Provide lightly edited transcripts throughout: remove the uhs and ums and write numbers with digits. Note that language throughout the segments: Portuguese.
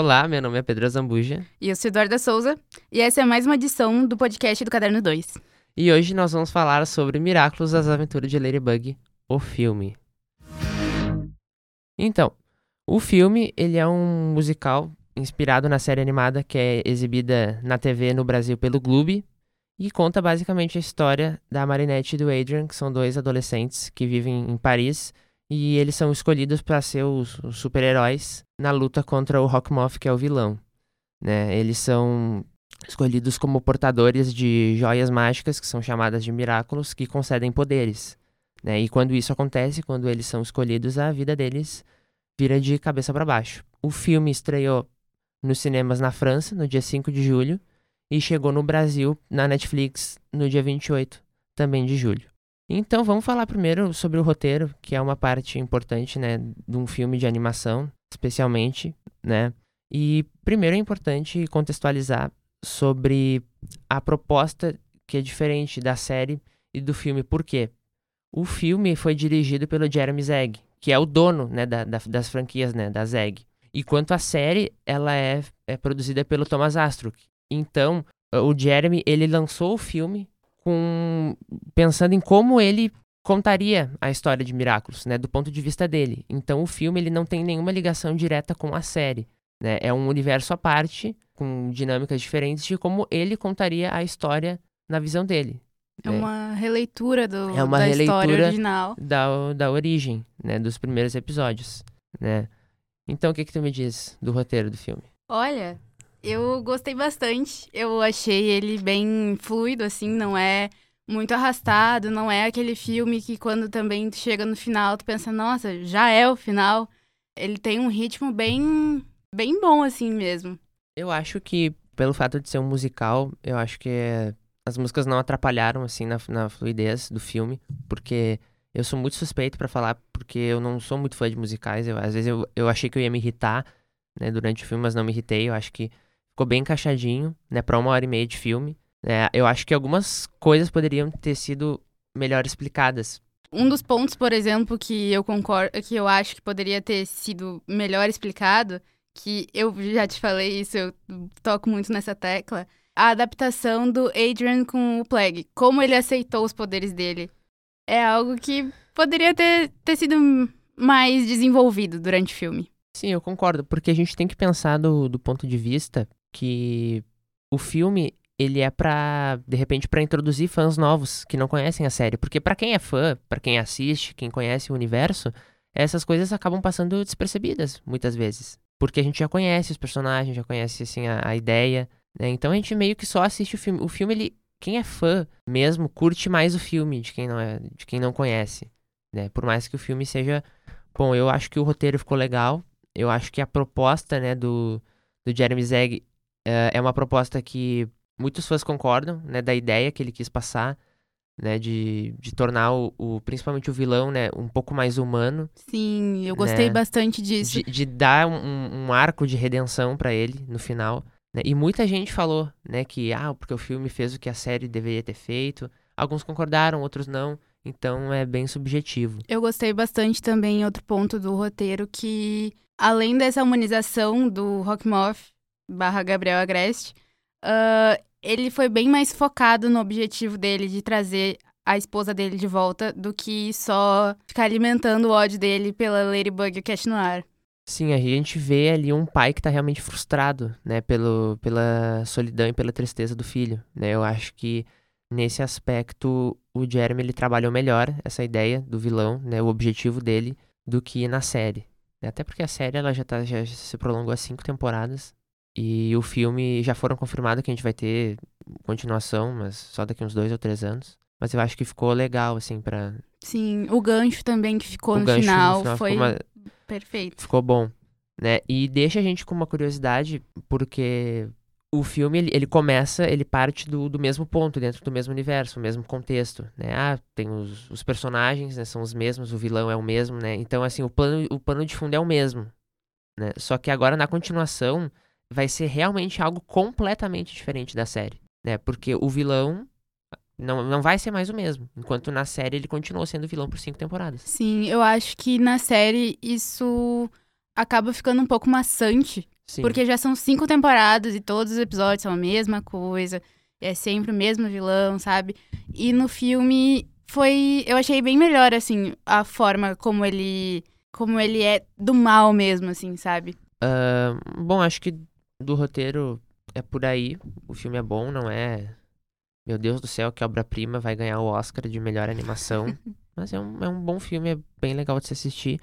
Olá, meu nome é Pedro Zambuja. E eu sou Eduarda Souza, e essa é mais uma edição do podcast do Caderno 2. E hoje nós vamos falar sobre Miraculous, as Aventuras de Ladybug, o filme. Então, o filme, ele é um musical inspirado na série animada que é exibida na TV no Brasil pelo Gloob e conta basicamente a história da Marinette e do Adrian, que são dois adolescentes que vivem em Paris e eles são escolhidos para ser os super-heróis na luta contra o Rockmoth, que é o vilão, né? Eles são escolhidos como portadores de joias mágicas, que são chamadas de Miraculous, que concedem poderes, né? E quando isso acontece, quando eles são escolhidos, a vida deles vira de cabeça para baixo. O filme estreou nos cinemas na França, no dia 5 de julho, e chegou no Brasil, na Netflix, no dia 28, também de julho. Então, vamos falar primeiro sobre o roteiro, que é uma parte importante, né, de um filme de animação, especialmente, né? E primeiro é importante contextualizar sobre a proposta que é diferente da série e do filme. Por quê? O filme foi dirigido pelo Jeremy Zeg, que é o dono, né, das franquias, né, da Zeg. Enquanto a série ela é produzida pelo Thomas Astruc. Então, o Jeremy ele lançou o filme pensando em como ele contaria a história de Miraculous, né, do ponto de vista dele. Então, o filme ele não tem nenhuma ligação direta com a série, né? É um universo à parte, com dinâmicas diferentes de como ele contaria a história na visão dele. É uma releitura uma da releitura história original. Da origem, né, dos primeiros episódios, né? Então, o que tu me diz do roteiro do filme? Olha, eu gostei bastante. Eu achei ele bem fluido, assim, não é muito arrastado, não é aquele filme que quando também chega no final tu pensa, nossa, já é o final. Ele tem um ritmo bem bom, assim mesmo. Eu acho que, pelo fato de ser um musical, eu acho que as músicas não atrapalharam, assim, na fluidez do filme, porque eu sou muito suspeito pra falar, porque eu não sou muito fã de musicais. Às vezes eu achei que eu ia me irritar, né, durante o filme, mas não me irritei. Eu acho que ficou bem encaixadinho, né, pra 1h30 de filme. Eu acho que algumas coisas poderiam ter sido melhor explicadas. Um dos pontos, por exemplo, que eu concordo, que eu acho que poderia ter sido melhor explicado, que eu já te falei isso, eu toco muito nessa tecla, a adaptação do Adrian com o Plague, como ele aceitou os poderes dele. É algo que poderia ter sido mais desenvolvido durante o filme. Sim, eu concordo, porque a gente tem que pensar do ponto de vista que o filme, ele é de repente, pra introduzir fãs novos que não conhecem a série. Porque pra quem é fã, pra quem assiste, quem conhece o universo, essas coisas acabam passando despercebidas, muitas vezes. Porque a gente já conhece os personagens, já conhece, assim, a ideia, né? Então a gente meio que só assiste o filme. O filme, ele, quem é fã mesmo, curte mais o filme de quem não conhece, né? Por mais que o filme seja... Bom, eu acho que o roteiro ficou legal. Eu acho que a proposta, né, do Jeremy Zeg é uma proposta que muitos fãs concordam, né, da ideia que ele quis passar, né, de tornar principalmente o vilão, né, um pouco mais humano. Sim, eu gostei, né, bastante disso. De dar um arco de redenção pra ele no final, né? E muita gente falou, né, que porque o filme fez o que a série deveria ter feito. Alguns concordaram, outros não. Então é bem subjetivo. Eu gostei bastante também, outro ponto do roteiro, que além dessa humanização do Rockmoth / Gabriel Agreste, ele foi bem mais focado no objetivo dele de trazer a esposa dele de volta do que só ficar alimentando o ódio dele pela Ladybug e o Cat Noir. Sim, a gente vê ali um pai que tá realmente frustrado, né, pela solidão e pela tristeza do filho, né? Eu acho que nesse aspecto o Jeremy ele trabalhou melhor essa ideia do vilão, né, o objetivo dele, do que na série. Até porque a série ela já se prolongou há 5 temporadas e o filme já foram confirmado que a gente vai ter continuação, mas só daqui uns 2 ou 3 anos. Mas eu acho que ficou legal, assim, pra... Sim, o gancho também que ficou no final foi perfeito. Ficou bom, né? E deixa a gente com uma curiosidade, porque o filme, ele começa, ele parte do mesmo ponto, dentro do mesmo universo, o mesmo contexto, né? Tem os personagens, né? São os mesmos, o vilão é o mesmo, né? Então, assim, o pano de fundo é o mesmo, né? Só que agora, na continuação, vai ser realmente algo completamente diferente da série, né? Porque o vilão não vai ser mais o mesmo, enquanto na série ele continuou sendo vilão por 5 temporadas. Sim, eu acho que na série isso acaba ficando um pouco maçante, Sim. Porque já são 5 temporadas e todos os episódios são a mesma coisa. É sempre o mesmo vilão, sabe? E no filme eu achei bem melhor, assim, a forma como ele é do mal mesmo, assim, sabe? Bom, acho que do roteiro é por aí. O filme é bom, não é... Meu Deus do céu, que obra-prima, vai ganhar o Oscar de melhor animação. Mas é um bom filme, é bem legal de se assistir.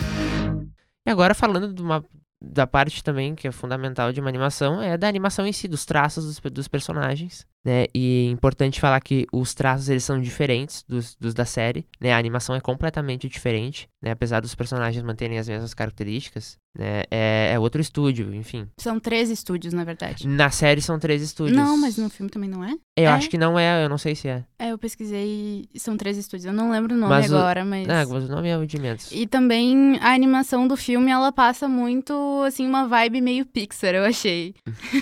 E agora falando da parte também que é fundamental de uma animação, é da animação em si, dos traços dos personagens, né? E é importante falar que os traços, eles são diferentes dos da série, né? A animação é completamente diferente, né? Apesar dos personagens manterem as mesmas características, né? É outro estúdio, enfim. São 3 estúdios, na verdade. Na série são 3 estúdios. Não, mas no filme também não é? Eu acho que não é, eu não sei se é. Eu pesquisei e são 3 estúdios. Eu não lembro o nome agora, mas... Mas o nome é o de menos. E também a animação do filme, ela passa muito, assim, uma vibe meio Pixar, eu achei.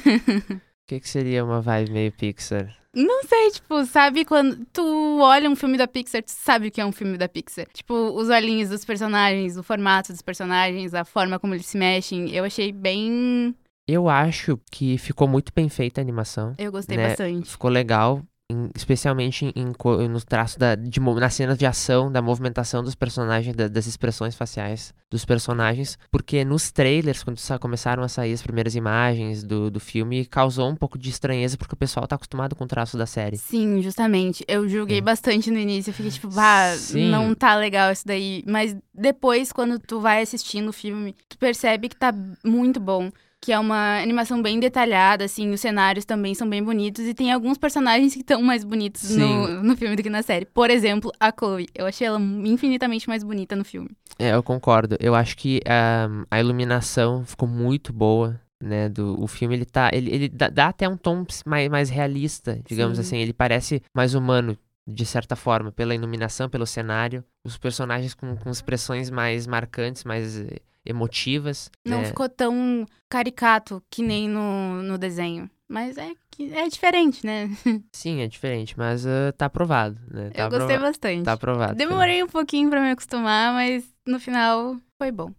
O que seria uma vibe meio Pixar? Não sei, tipo, sabe quando tu olha um filme da Pixar, tu sabe que é um filme da Pixar. Tipo, os olhinhos dos personagens, o formato dos personagens, a forma como eles se mexem, eu achei bem... Eu acho que ficou muito bem feita a animação. Eu gostei né? bastante. Ficou legal, especialmente no traço nas cenas de ação, da movimentação dos personagens, das expressões faciais dos personagens, porque nos trailers, quando começaram a sair as primeiras imagens do filme, causou um pouco de estranheza, porque o pessoal tá acostumado com o traço da série. Sim, justamente. Eu julguei bastante no início, eu fiquei tipo, Sim. não tá legal isso daí. Mas depois, quando tu vai assistindo o filme, tu percebe que tá muito bom. Que é uma animação bem detalhada, assim, os cenários também são bem bonitos. E tem alguns personagens que estão mais bonitos no filme do que na série. Por exemplo, a Chloe. Eu achei ela infinitamente mais bonita no filme. Eu concordo. Eu acho que a iluminação ficou muito boa, né? O filme, ele dá até um tom mais realista, digamos assim. Ele parece mais humano, de certa forma, pela iluminação, pelo cenário. Os personagens com expressões mais marcantes, mais... emotivas. Não ficou tão caricato que nem no desenho. Mas é diferente, né? Sim, é diferente, mas tá aprovado, né? Eu gostei bastante. Tá aprovado. Demorei um pouquinho pra me acostumar, mas no final foi bom.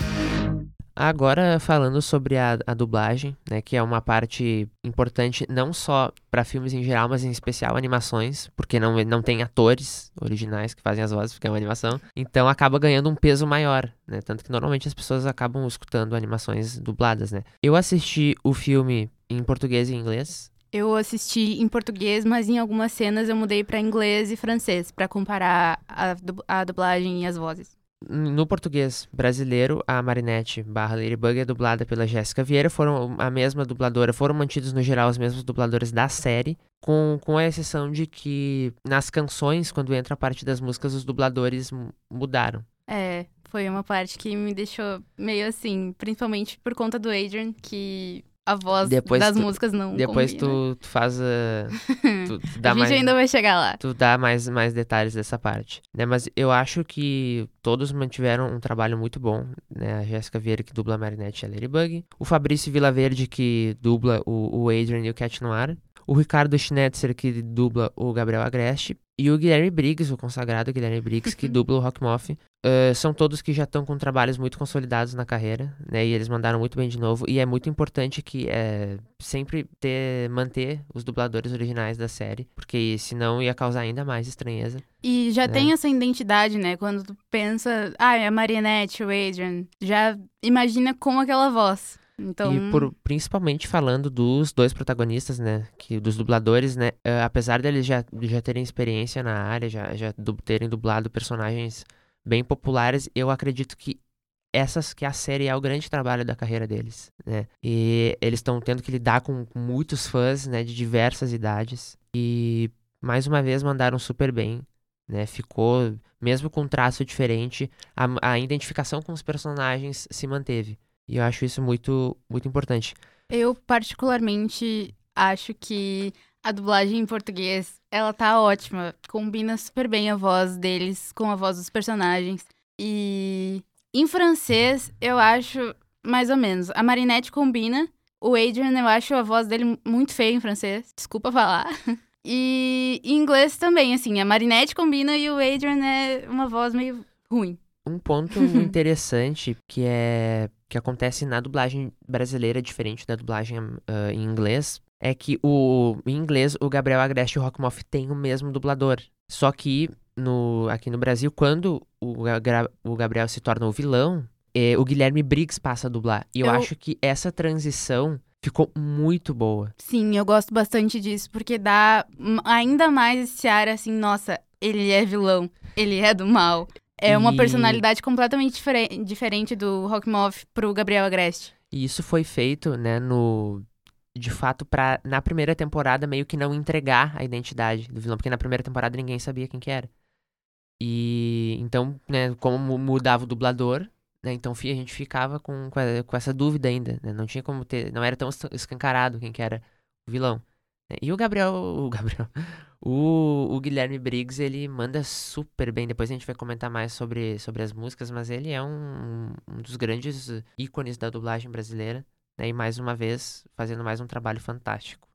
Agora, falando sobre a dublagem, né, que é uma parte importante não só para filmes em geral, mas em especial animações, porque não tem atores originais que fazem as vozes, porque é uma animação, então acaba ganhando um peso maior, né, tanto que normalmente as pessoas acabam escutando animações dubladas, né. Eu assisti o filme em português e inglês. Eu assisti em português, mas em algumas cenas eu mudei para inglês e francês, para comparar a dublagem e as vozes. No português brasileiro, a Marinette / Ladybug é dublada pela Jéssica Vieira, foram a mesma dubladora, foram mantidos no geral os mesmos dubladores da série, com a exceção de que nas canções, quando entra a parte das músicas, os dubladores mudaram. Foi uma parte que me deixou meio assim, principalmente por conta do Adrian, que a voz das músicas não depois combina. tu faz tu dá a gente ainda vai chegar lá. Tu dá mais detalhes dessa parte, né? Mas eu acho que todos mantiveram um trabalho muito bom, né? A Jéssica Vieira, que dubla a Marinette e a Ladybug. O Fabrício Vilaverde, que dubla o Adrian e o Cat Noir. O Ricardo Schnetzer, que dubla o Gabriel Agreste. E o Guilherme Briggs, o consagrado Guilherme Briggs, que dubla o Rock Moth. São todos que já estão com trabalhos muito consolidados na carreira, né? E eles mandaram muito bem de novo. E é muito importante que sempre manter os dubladores originais da série, porque senão ia causar ainda mais estranheza. E já tem essa identidade, né? Quando tu pensa, é a Marinette, o Adrian, já imagina com aquela voz. Então... E principalmente falando dos dois protagonistas, né, dos dubladores, né, apesar deles já terem experiência na área, já terem dublado personagens bem populares, eu acredito que a série é o grande trabalho da carreira deles, né, e eles estão tendo que lidar com muitos fãs, né, de diversas idades, e mais uma vez mandaram super bem, né, ficou, mesmo com um traço diferente, a identificação com os personagens se manteve. E eu acho isso muito, muito importante. Eu, particularmente, acho que a dublagem em português, ela tá ótima. Combina super bem a voz deles com a voz dos personagens. E em francês, eu acho mais ou menos. A Marinette combina. O Adrian, eu acho a voz dele muito feia em francês. Desculpa falar. E em inglês também, assim. A Marinette combina e o Adrian é uma voz meio ruim. Um ponto interessante que é que acontece na dublagem brasileira, diferente da dublagem em inglês, é que em inglês o Gabriel Agreste e o Rockmoff têm o mesmo dublador. Só que aqui no Brasil, quando o Gabriel se torna o vilão, o Guilherme Briggs passa a dublar. E eu acho que essa transição ficou muito boa. Sim, eu gosto bastante disso, porque dá ainda mais esse ar assim, nossa, ele é vilão, ele é do mal. É uma personalidade completamente diferente do Rockmoff pro Gabriel Agreste. E isso foi feito, né, de fato, na primeira temporada meio que não entregar a identidade do vilão, porque na primeira temporada ninguém sabia quem que era. E então, né, como mudava o dublador, né, então a gente ficava com essa dúvida ainda, né, não tinha como não era tão escancarado quem que era o vilão. E o Guilherme Briggs, ele manda super bem. Depois a gente vai comentar mais sobre as músicas, mas ele é um dos grandes ícones da dublagem brasileira, né? E mais uma vez, fazendo mais um trabalho fantástico.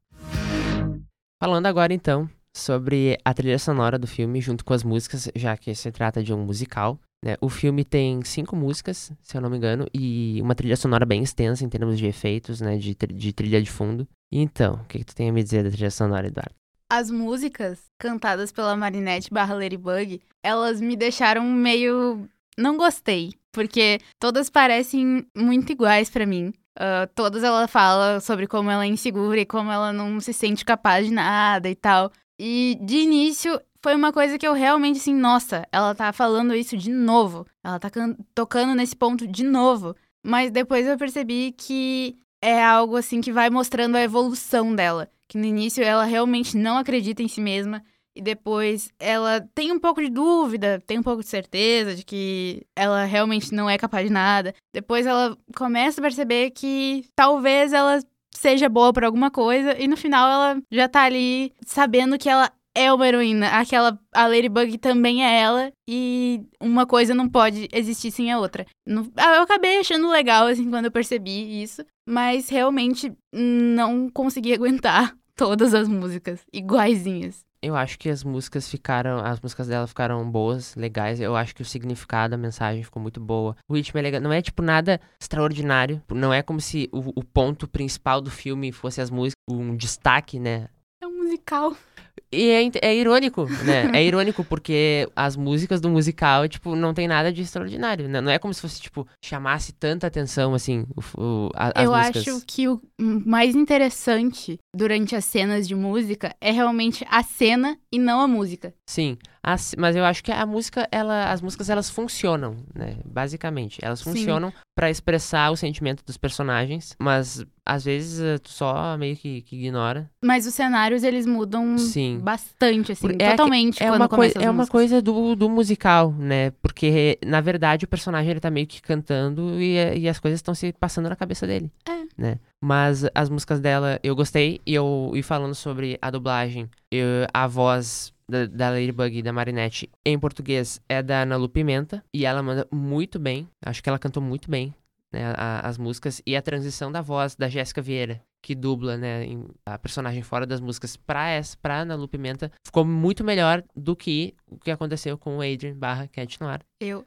Falando agora, então, sobre a trilha sonora do filme, junto com as músicas, já que se trata de um musical, né? O filme tem 5 músicas, se eu não me engano, e uma trilha sonora bem extensa em termos de efeitos, né? De trilha de fundo. Então, o que tu tem a me dizer da trilha sonora, Eduardo? As músicas cantadas pela Marinette / Ladybug, elas me deixaram meio... Não gostei, porque todas parecem muito iguais pra mim. Todas ela fala sobre como ela é insegura e como ela não se sente capaz de nada e tal. E de início foi uma coisa que eu realmente assim, nossa, ela tá falando isso de novo. Ela tá tocando nesse ponto de novo. Mas depois eu percebi que é algo assim que vai mostrando a evolução dela. Que no início ela realmente não acredita em si mesma. E depois ela tem um pouco de dúvida, tem um pouco de certeza de que ela realmente não é capaz de nada. Depois ela começa a perceber que talvez ela seja boa pra alguma coisa. E no final ela já tá ali sabendo que ela é uma heroína. A Ladybug também é ela. E uma coisa não pode existir sem a outra. Eu acabei achando legal, assim, quando eu percebi isso. Mas realmente não consegui aguentar todas as músicas iguaizinhas. Eu acho que as músicas dela ficaram boas, legais. Eu acho que o significado, a mensagem ficou muito boa. O ritmo é legal. Não é, tipo, nada extraordinário. Não é como se o ponto principal do filme fosse as músicas, um destaque, né? É um musical. E é irônico, né? É irônico porque as músicas do musical, tipo, não tem nada de extraordinário. Não é como se fosse, tipo, chamasse tanta atenção, assim, as Eu músicas. acho que o mais interessante durante as cenas de música é realmente a cena e não a música. Sim, mas eu acho que as músicas, elas funcionam, né? Basicamente. Elas funcionam pra expressar o sentimento dos personagens, mas às vezes tu só meio que ignora. Mas os cenários, eles mudam bastante, assim, totalmente quando começa as músicas. É uma coisa do musical, né? Porque, na verdade, o personagem, ele tá meio que cantando e as coisas estão se passando na cabeça dele. Né? Mas as músicas dela, eu gostei. E falando sobre a dublagem, a voz da Ladybug e da Marinette em português é da Ana Lu Pimenta. E ela manda muito bem. Acho que ela cantou muito bem, né, as músicas. E a transição da voz da Jéssica Vieira, que dubla, né, a personagem fora das músicas pra Ana Lu Pimenta, ficou muito melhor do que o que aconteceu com o Adrien / Cat Noir. Eu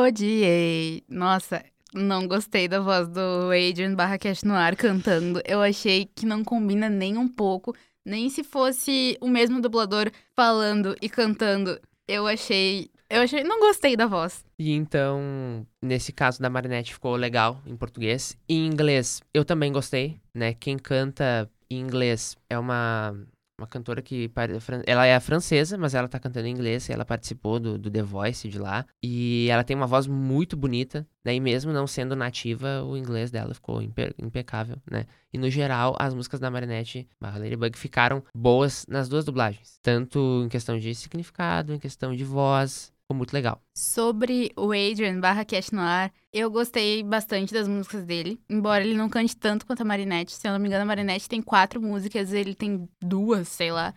odiei. Nossa, não gostei da voz do Adrien / Cat Noir cantando. Eu achei que não combina nem um pouco. Nem se fosse o mesmo dublador falando e cantando. Eu achei... Não gostei da voz. E então, nesse caso da Marinette ficou legal em português. Em inglês, eu também gostei, né? Quem canta em inglês é uma cantora que... Ela é francesa, mas ela tá cantando em inglês. E ela participou do The Voice de lá. E ela tem uma voz muito bonita, né? E mesmo não sendo nativa, o inglês dela ficou impecável, né? E no geral, as músicas da Marinette / Ladybug ficaram boas nas duas dublagens. Tanto em questão de significado, em questão de voz... Ficou muito legal. Sobre o Adrien / Cat Noir, eu gostei bastante das músicas dele. Embora ele não cante tanto quanto a Marinette. Se eu não me engano, a Marinette tem 4 músicas, ele tem 2, sei lá.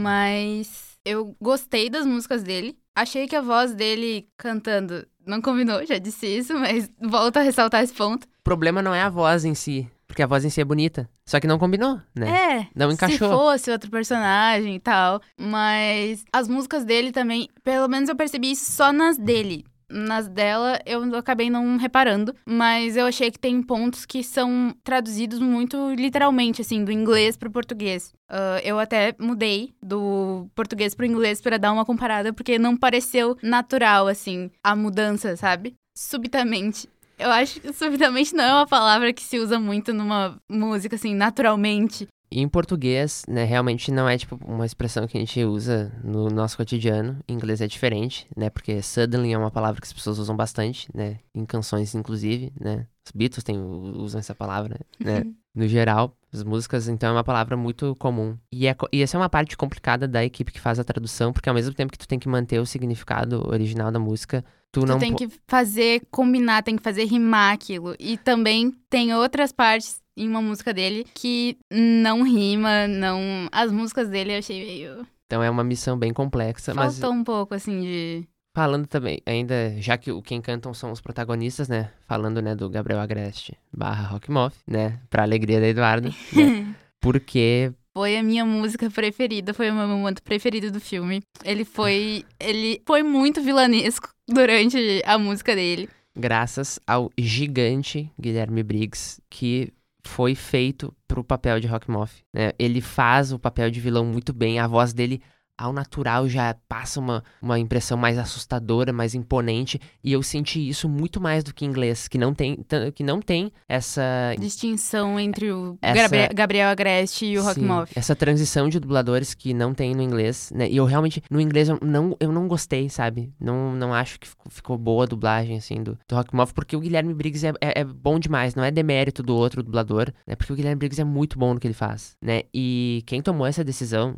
Mas eu gostei das músicas dele. Achei que a voz dele cantando não combinou, já disse isso, mas volto a ressaltar esse ponto. O problema não é a voz em si, porque a voz em si é bonita. Só que não combinou, né? Não encaixou. Se fosse outro personagem e tal. Mas as músicas dele também, pelo menos eu percebi isso só nas dele. Nas dela, eu acabei não reparando, mas eu achei que tem pontos que são traduzidos muito literalmente, assim, do inglês pro português. Eu até mudei do português pro inglês pra dar uma comparada, porque não pareceu natural, assim, a mudança, sabe? Subitamente. Eu acho que subitamente não é uma palavra que se usa muito numa música, assim, naturalmente. E em português, né, realmente não é, tipo, uma expressão que a gente usa no nosso cotidiano. Em inglês é diferente, né, porque suddenly é uma palavra que as pessoas usam bastante, né, em canções, inclusive, né. Os Beatles usam essa palavra, né, no geral. As músicas, então, é uma palavra muito comum. E essa é uma parte complicada da equipe que faz a tradução, porque ao mesmo tempo que tu tem que manter o significado original da música, tu não... tem que fazer combinar, tem que fazer rimar aquilo. E também tem outras partes em uma música dele que não rima, não... As músicas dele eu achei meio... Então é uma missão bem complexa, mas... Faltou um pouco, assim, de... Falando também, ainda, já que quem cantam são os protagonistas, né? Falando, né, do Gabriel Agreste / Rock Moth, né? Pra alegria da Eduardo, né? Porque... Foi a minha música preferida, foi o meu momento preferido do filme. Ele foi muito vilanesco durante a música dele. Graças ao gigante Guilherme Briggs, que foi feito pro papel de Rock Moth, né? Ele faz o papel de vilão muito bem, a voz dele... Ao natural já passa uma impressão mais assustadora, mais imponente. E eu senti isso muito mais do que em inglês, que não tem essa... distinção entre o Gabriel Agreste e o Rock Sim, Moth. essa transição de dubladores que não tem no inglês, né? E eu realmente, no inglês, eu não gostei, sabe? Não acho que ficou boa a dublagem, assim, do Rock Moth, porque o Guilherme Briggs é bom demais, não é demérito do outro dublador, né? Porque o Guilherme Briggs é muito bom no que ele faz, né? E quem tomou essa decisão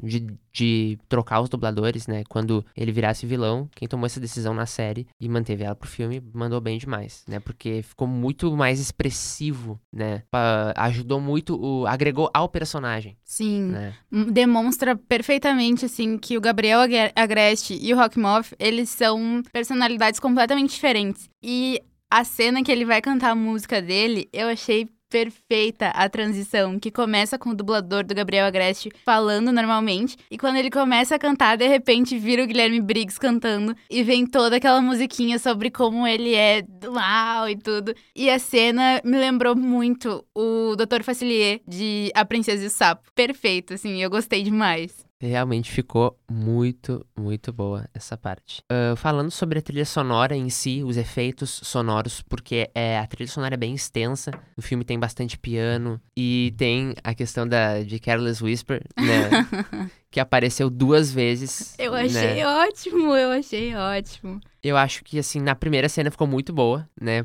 de trocar os dubladores, né? Quando ele virasse vilão, quem tomou essa decisão na série e manteve ela pro filme, mandou bem demais, né? Porque ficou muito mais expressivo, né? Ajudou muito, agregou ao personagem. Sim, né? Demonstra perfeitamente, assim, que o Gabriel Agreste e o Rock Moth, eles são personalidades completamente diferentes. E a cena que ele vai cantar a música dele, eu achei perfeita a transição, que começa com o dublador do Gabriel Agreste falando normalmente, e quando ele começa a cantar, de repente vira o Guilherme Briggs cantando, e vem toda aquela musiquinha sobre como ele é do mal e tudo. E a cena me lembrou muito o Dr. Facilier de A Princesa e o Sapo. Perfeito, assim, eu gostei demais. Realmente ficou muito, muito boa essa parte. Falando sobre a trilha sonora em si, os efeitos sonoros, porque a trilha sonora é bem extensa, o filme tem bastante piano, e tem a questão de Careless Whisper, né, que apareceu 2 vezes. Eu achei ótimo, eu achei ótimo. Eu acho que, assim, na primeira cena ficou muito boa, né?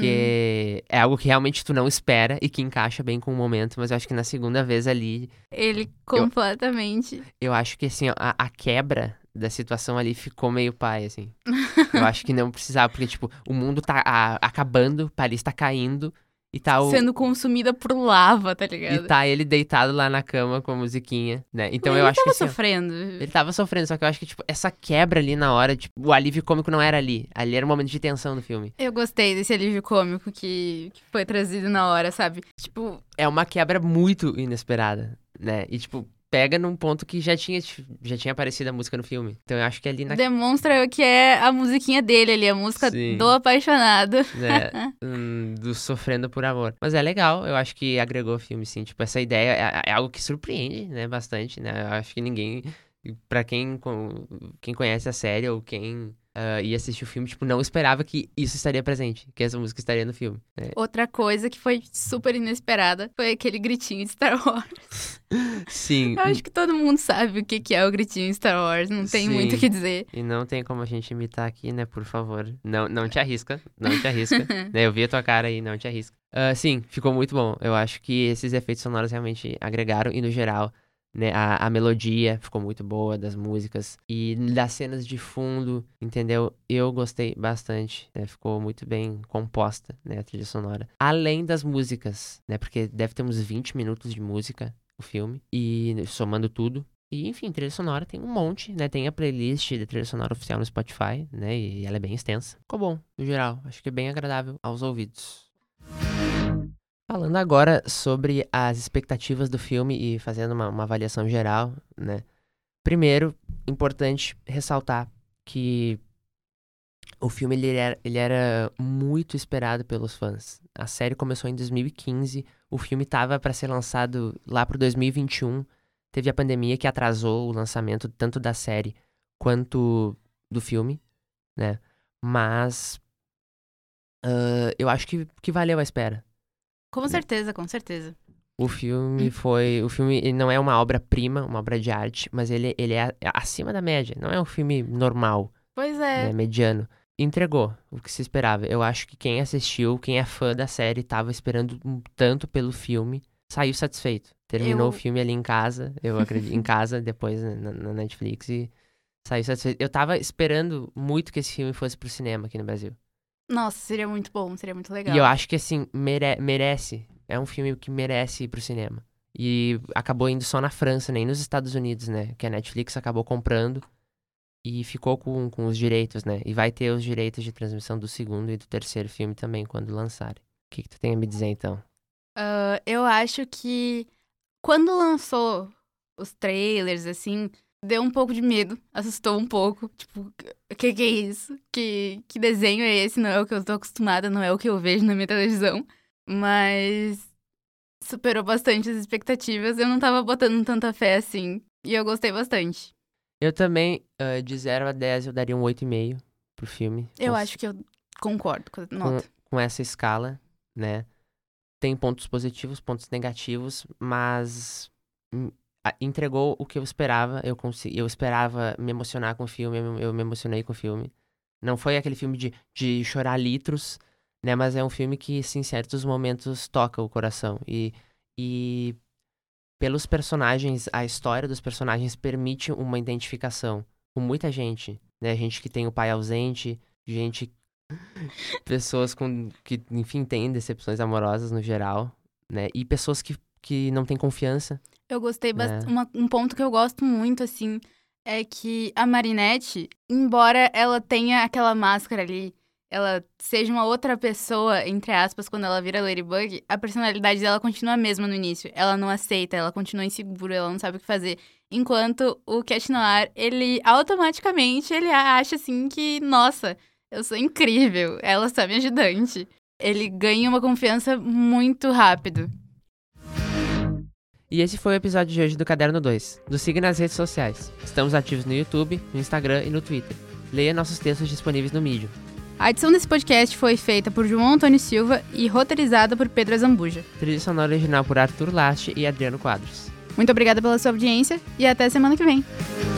Porque é algo que realmente tu não espera e que encaixa bem com o momento. Mas eu acho que na segunda vez ali... Ele completamente... Eu acho que, assim, ó, a quebra da situação ali ficou meio pai, assim. Eu acho que não precisava, porque, tipo, o mundo tá acabando, Paris tá caindo... E tá sendo consumida por lava, tá ligado? E tá ele deitado lá na cama com a musiquinha, né? Então Mas eu acho que assim, sofrendo. Ele tava sofrendo, só que eu acho que, tipo, essa quebra ali na hora, tipo, o alívio cômico não era ali. Ali era um momento de tensão do filme. Eu gostei desse alívio cômico que foi trazido na hora, sabe? Tipo... É uma quebra muito inesperada, né? E, tipo, pega num ponto que já tinha aparecido a música no filme. Então eu acho que ali na... Demonstra que é a musiquinha dele ali, a música do apaixonado. Né? Do sofrendo por amor. Mas é legal, eu acho que agregou o filme, sim. Tipo, essa ideia é algo que surpreende, né? Bastante, né? Eu acho que ninguém... Pra quem conhece a série ou quem... ia assistir o filme, tipo, não esperava que isso estaria presente, que essa música estaria no filme. Né? Outra coisa que foi super inesperada foi aquele gritinho de Star Wars. Sim. Eu acho que todo mundo sabe o que é o gritinho de Star Wars, não tem muito o que dizer. E não tem como a gente imitar aqui, né, por favor. Não te arrisca, não te arrisca. Né? Eu vi a tua cara aí, não te arrisca. Sim, ficou muito bom. Eu acho que esses efeitos sonoros realmente agregaram e, no geral... Né, a melodia ficou muito boa das músicas e das cenas de fundo, entendeu? Eu gostei bastante, né? Ficou muito bem composta, né, a trilha sonora. Além das músicas, né? Porque deve ter uns 20 minutos de música o filme, e somando tudo. E, enfim, trilha sonora tem um monte, né? Tem a playlist da trilha sonora oficial no Spotify, né? E ela é bem extensa. Ficou bom, no geral. Acho que é bem agradável aos ouvidos. Falando agora sobre as expectativas do filme e fazendo uma avaliação geral, né? Primeiro, importante ressaltar que O filme, ele era muito esperado pelos fãs. A série começou em 2015, o filme tava pra ser lançado lá pro 2021. Teve a pandemia que atrasou o lançamento tanto da série quanto do filme, né? Mas eu acho que valeu a espera. Com certeza, com certeza. O filme ele não é uma obra-prima, uma obra de arte, mas ele é acima da média. Não é um filme normal, Pois é. né, mediano. Entregou o que se esperava. Eu acho que quem assistiu, quem é fã da série, tava esperando tanto pelo filme, saiu satisfeito. Terminou o filme ali em casa, eu acredito, em casa, depois na Netflix, e saiu satisfeito. Eu tava esperando muito que esse filme fosse pro cinema aqui no Brasil. Nossa, seria muito bom, seria muito legal. E eu acho que, assim, merece. É um filme que merece ir pro cinema. E acabou indo só na França, nem nos Estados Unidos, né? Que a Netflix acabou comprando e ficou com os direitos, né? E vai ter os direitos de transmissão do segundo e do terceiro filme também, quando lançarem. O que tu tem a me dizer, então? Eu acho que quando lançou os trailers, assim, deu um pouco de medo, assustou um pouco. Tipo, o que é isso? Que desenho é esse? Não é o que eu tô acostumada, não é o que eu vejo na minha televisão. Mas superou bastante as expectativas. Eu não tava botando tanta fé assim. E eu gostei bastante. Eu também, de 0 a 10, eu daria um 8,5 pro filme. Eu acho que eu concordo com a nota. Com essa escala, né? Tem pontos positivos, pontos negativos, mas entregou o que eu esperava. Eu esperava me emocionar com o filme, eu me emocionei com o filme. Não foi aquele filme de chorar litros, né? Mas é um filme que, assim, em certos momentos toca o coração. E pelos personagens, a história dos personagens permite uma identificação com muita gente, né? Gente que tem o pai ausente, pessoas que, enfim, têm decepções amorosas no geral, né? E pessoas que não têm confiança. Eu gostei bastante. Um ponto que eu gosto muito, assim, é que a Marinette, embora ela tenha aquela máscara ali, ela seja uma outra pessoa, entre aspas, quando ela vira Ladybug, a personalidade dela continua a mesma no início. Ela não aceita, ela continua insegura, ela não sabe o que fazer. Enquanto o Cat Noir, ele automaticamente, ele acha assim que, nossa, eu sou incrível, ela só me ajudante. Ele ganha uma confiança muito rápido. E esse foi o episódio de hoje do Caderno 2. Nos siga nas redes sociais. Estamos ativos no YouTube, no Instagram e no Twitter. Leia nossos textos disponíveis no Medium. A edição desse podcast foi feita por João Antônio Silva e roteirizada por Pedro Azambuja. Trilha sonora original por Arthur Last e Adriano Quadros. Muito obrigada pela sua audiência e até semana que vem.